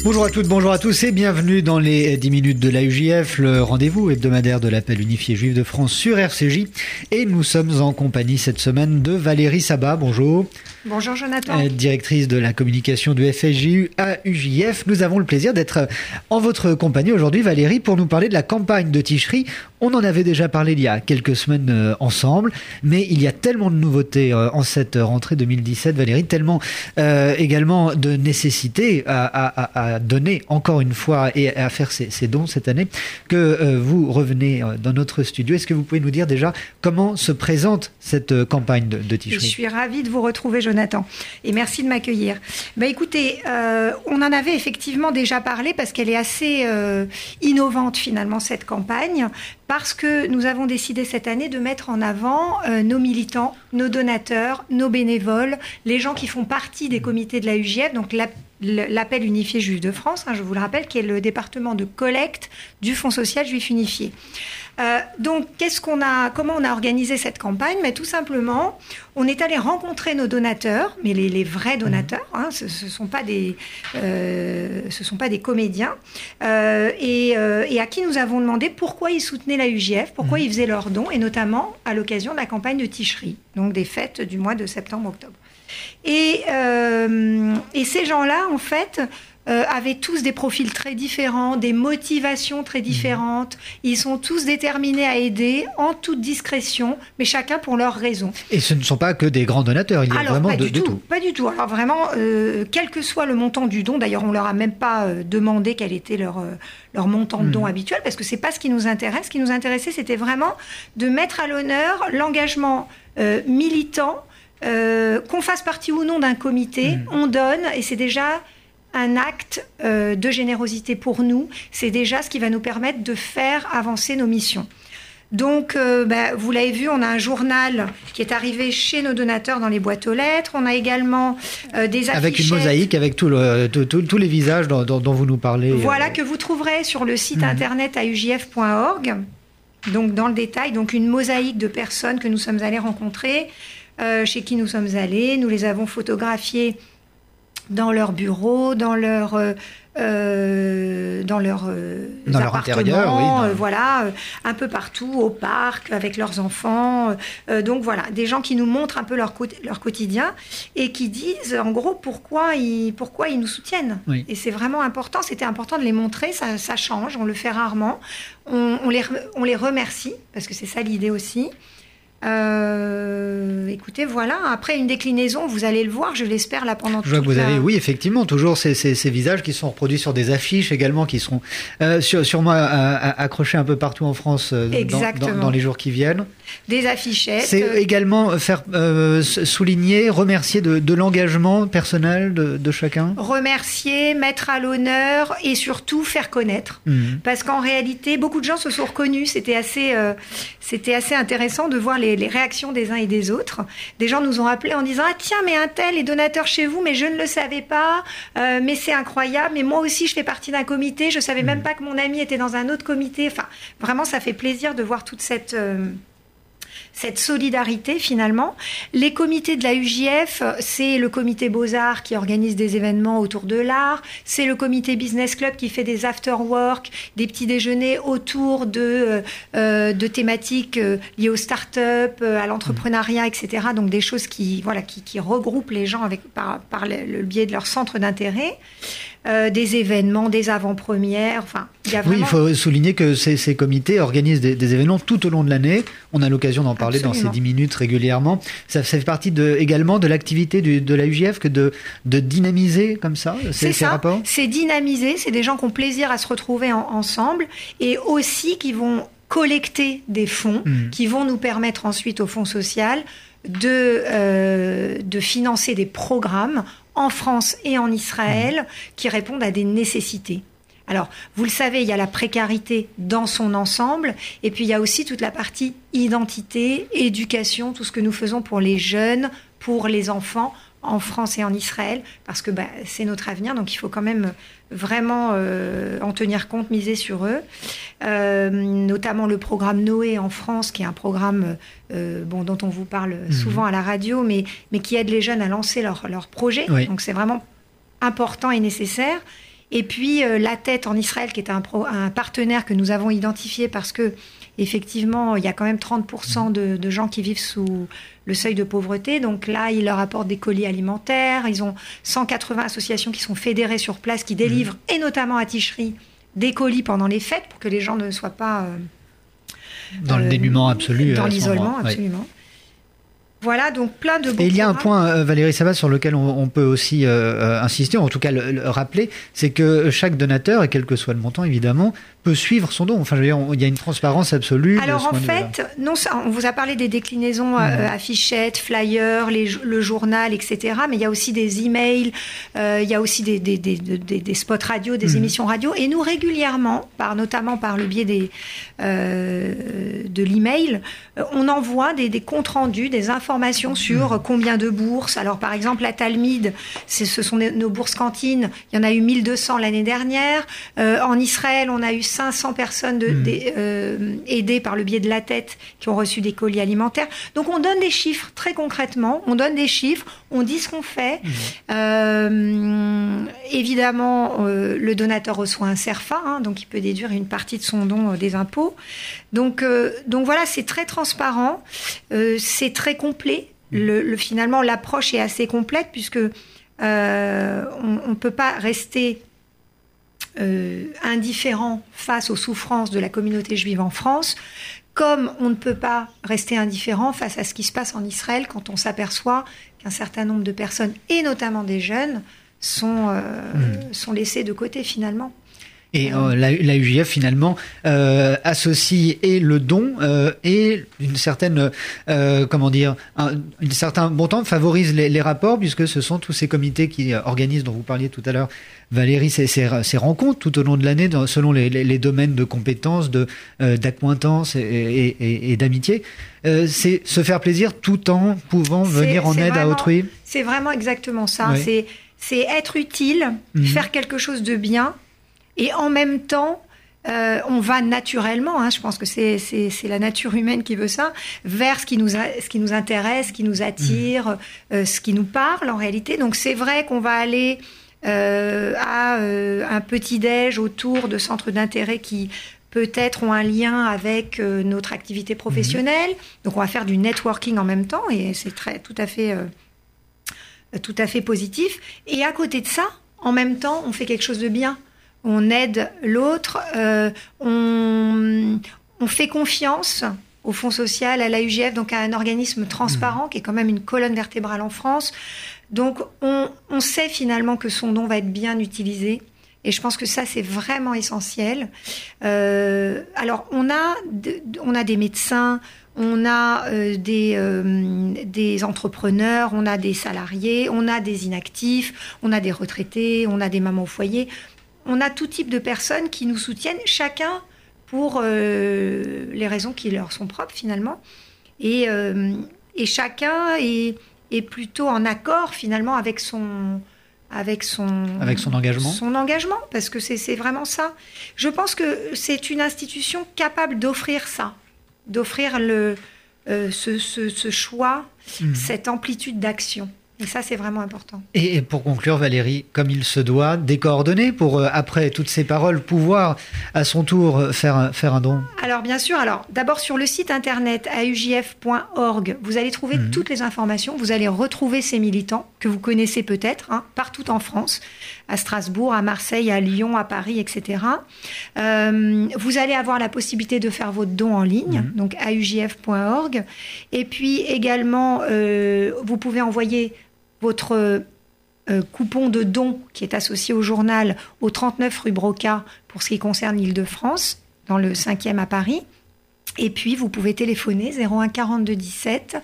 Bonjour à toutes, bonjour à tous et bienvenue dans les 10 minutes de l'AUJF, le rendez-vous hebdomadaire de l'appel unifié juif de France sur RCJ. Et nous sommes en compagnie cette semaine de Valérie Sabat. Bonjour. Bonjour Jonathan. Directrice de la communication du FSJU à UJF. Nous avons le plaisir d'être en votre compagnie aujourd'hui, Valérie, pour nous parler de la campagne de Tishri. On en avait déjà parlé il y a quelques semaines ensemble, mais il y a tellement de nouveautés en cette rentrée 2017, Valérie, tellement également de nécessité à donner encore une fois et à faire ces dons cette année, que vous revenez dans notre studio. Est-ce que vous pouvez nous dire déjà comment se présente cette campagne de Tishri ? Je suis ravie de vous retrouver, Jonathan, et merci de m'accueillir. Écoutez, on en avait effectivement déjà parlé parce qu'elle est assez innovante finalement, cette campagne, parce que nous avons décidé cette année de mettre en avant nos militants, nos donateurs, nos bénévoles, les gens qui font partie des comités de la UJF, donc l'appel unifié juif de France, je vous le rappelle, qui est le département de collecte du Fonds social juif unifié. Donc, comment on a organisé cette campagne ? Mais tout simplement, on est allé rencontrer nos donateurs, mais les vrais donateurs, ce sont pas des comédiens, et à qui nous avons demandé pourquoi ils soutenaient la UJF, pourquoi ils faisaient leurs dons, et notamment à l'occasion de la campagne de Tishri, donc des fêtes du mois de septembre-octobre. Et ces gens-là, en fait, avaient tous des profils très différents, des motivations très différentes. Ils sont tous déterminés à aider en toute discrétion, mais chacun pour leurs raisons. Et ce ne sont pas que des grands donateurs, il y a vraiment de tout. Pas du tout. Alors vraiment, quel que soit le montant du don, d'ailleurs on leur a même pas demandé quel était leur montant de don habituel, parce que c'est pas ce qui nous intéresse. Ce qui nous intéressait, c'était vraiment de mettre à l'honneur l'engagement militant, qu'on fasse partie ou non d'un comité, on donne, et c'est déjà un acte de générosité pour nous. C'est déjà ce qui va nous permettre de faire avancer nos missions. Donc, vous l'avez vu, on a un journal qui est arrivé chez nos donateurs dans les boîtes aux lettres. On a également des affichettes. Avec une mosaïque, avec tous les visages dont vous nous parlez. Voilà, que vous trouverez sur le site internet aujf.org. Donc, dans le détail, donc une mosaïque de personnes que nous sommes allés rencontrer, chez qui nous sommes allés. Nous les avons photographiés dans leur bureau, dans leur appartements, oui, un peu partout, au parc, avec leurs enfants. Donc voilà, des gens qui nous montrent un peu leur quotidien et qui disent, en gros, pourquoi ils nous soutiennent. Oui. Et c'est vraiment important, c'était important de les montrer, ça change, on le fait rarement. On les remercie, parce que c'est ça l'idée aussi. Écoutez, voilà. Après une déclinaison, vous allez le voir, je l'espère, là pendant toute Je vois que vous avez, oui, effectivement, toujours ces visages qui sont reproduits sur des affiches également, qui seront sûrement accrochés un peu partout en France dans les jours qui viennent. Des affichettes. C'est également faire souligner, remercier de l'engagement personnel de chacun. Remercier, mettre à l'honneur et surtout faire connaître. Parce qu'en réalité, beaucoup de gens se sont reconnus. C'était assez intéressant de voir les réactions des uns et des autres. Des gens nous ont appelés en disant « Ah tiens, mais un tel est donateur chez vous, mais je ne le savais pas, mais c'est incroyable, mais moi aussi je fais partie d'un comité, je ne savais même pas que mon ami était dans un autre comité. » Enfin, vraiment, ça fait plaisir de voir toute cette solidarité finalement. Les comités de la UJF, c'est le comité Beaux-Arts qui organise des événements autour de l'art, c'est le comité Business Club qui fait des after-work, des petits déjeuners autour de thématiques liées aux start-up, à l'entrepreneuriat, etc. Donc des choses qui regroupent les gens par le biais de leur centre d'intérêt. Des événements, des avant-premières, il y a vraiment... Oui, il faut souligner que ces comités organisent des événements tout au long de l'année. On a l'occasion d'en parler dans ces 10 minutes régulièrement. Ça fait partie également de l'activité de la UJF que de dynamiser comme ça ces rapports. C'est dynamiser, c'est des gens qui ont plaisir à se retrouver ensemble et aussi qui vont collecter des fonds qui vont nous permettre ensuite au Fonds social de financer des programmes en France et en Israël qui répondent à des nécessités. Alors, vous le savez, il y a la précarité dans son ensemble, et puis il y a aussi toute la partie identité, éducation, tout ce que nous faisons pour les jeunes, pour les enfants, en France et en Israël, parce que c'est notre avenir, donc il faut quand même vraiment en tenir compte, miser sur eux. Notamment le programme Noé en France, qui est un programme dont on vous parle souvent à la radio, mais qui aide les jeunes à lancer leur projet. Oui. Donc c'est vraiment important et nécessaire. Et puis La Tête en Israël, qui est un partenaire que nous avons identifié parce que effectivement, il y a quand même 30% de gens qui vivent sous le seuil de pauvreté. Donc là, ils leur apportent des colis alimentaires. Ils ont 180 associations qui sont fédérées sur place, qui délivrent, et notamment à Tishri, des colis pendant les fêtes pour que les gens ne soient pas... dans le dénuement absolu. Dans l'isolement, absolument. Oui. Voilà, donc plein de beaux Et il y a un point, Valérie Sabat, sur lequel on peut aussi insister, ou en tout cas le rappeler, c'est que chaque donateur, et quel que soit le montant évidemment, peut suivre son don. Enfin, je veux dire, il y a une transparence absolue. Alors en fait, non, on vous a parlé des déclinaisons affichettes, flyers, le journal, etc. Mais il y a aussi des emails, il y a aussi des spots radio, des émissions radio. Et nous régulièrement, notamment par le biais de l'email, on envoie des comptes rendus, des informations sur combien de bourses. Alors par exemple, la Talmide, ce sont nos bourses cantines. Il y en a eu 1200 l'année dernière. En Israël, on a eu 500 personnes aidées par le biais de La Tête qui ont reçu des colis alimentaires. Donc on donne des chiffres très concrètement, on donne des chiffres, on dit ce qu'on fait. Évidemment, le donateur reçoit un CERFA, donc il peut déduire une partie de son don des impôts. Donc voilà, c'est très transparent, c'est très complet. Finalement, l'approche est assez complète puisque on ne peut pas rester indifférent face aux souffrances de la communauté juive en France, comme on ne peut pas rester indifférent face à ce qui se passe en Israël quand on s'aperçoit qu'un certain nombre de personnes, et notamment des jeunes, sont laissés de côté finalement. Et la UJF finalement associe et le don et une certaine un certain montant, favorise les rapports, puisque ce sont tous ces comités qui organisent, dont vous parliez tout à l'heure Valérie, ces rencontres tout au long de l'année selon les domaines de compétences, d'accointance et d'amitié. C'est se faire plaisir tout en pouvant venir en aide à autrui. C'est vraiment exactement ça. Oui. C'est être utile, faire quelque chose de bien. Et en même temps, on va naturellement, je pense que c'est la nature humaine qui veut ça, vers ce qui nous intéresse, ce qui nous attire, ce qui nous parle en réalité. Donc c'est vrai qu'on va aller à un petit-déj autour de centres d'intérêt qui peut-être ont un lien avec notre activité professionnelle. Donc on va faire du networking en même temps et c'est tout à fait positif. Et à côté de ça, en même temps, on fait quelque chose de bien. On aide l'autre, on fait confiance au Fonds social, à la UJF, donc à un organisme transparent qui est quand même une colonne vertébrale en France. Donc on sait finalement que son don va être bien utilisé. Et je pense que ça, c'est vraiment essentiel. Alors, on a des médecins, on a des entrepreneurs, on a des salariés, on a des inactifs, on a des retraités, on a des mamans au foyer. On a tout type de personnes qui nous soutiennent, chacun pour les raisons qui leur sont propres finalement. Et chacun est plutôt en accord finalement avec son engagement. Son engagement, parce que c'est vraiment ça. Je pense que c'est une institution capable d'offrir ça, d'offrir ce choix, cette amplitude d'action. Et ça, c'est vraiment important. Et pour conclure, Valérie, comme il se doit, des coordonnées pour, après toutes ces paroles, pouvoir à son tour faire un don. Alors, bien sûr. D'abord, sur le site internet aujf.org, vous allez trouver toutes les informations. Vous allez retrouver ces militants que vous connaissez peut-être, partout en France, à Strasbourg, à Marseille, à Lyon, à Paris, etc. Vous allez avoir la possibilité de faire votre don en ligne, donc aujf.org. Et puis également, vous pouvez envoyer votre coupon de don qui est associé au journal au 39 rue Broca pour ce qui concerne l'Île-de-France, dans le 5e à Paris. Et puis, vous pouvez téléphoner 01 42 17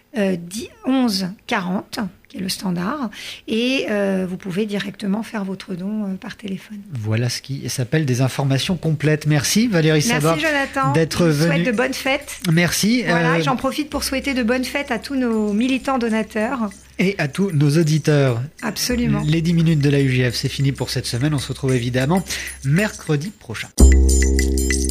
11 40, qui est le standard, et vous pouvez directement faire votre don par téléphone. Voilà ce qui s'appelle des informations complètes. Merci Valérie Sabat. Merci Jonathan. D'être venue. Je vous souhaite de bonnes fêtes. Merci. Voilà, j'en profite pour souhaiter de bonnes fêtes à tous nos militants donateurs. Et à tous nos auditeurs. Absolument. Les 10 minutes de la UJF, c'est fini pour cette semaine. On se retrouve évidemment mercredi prochain.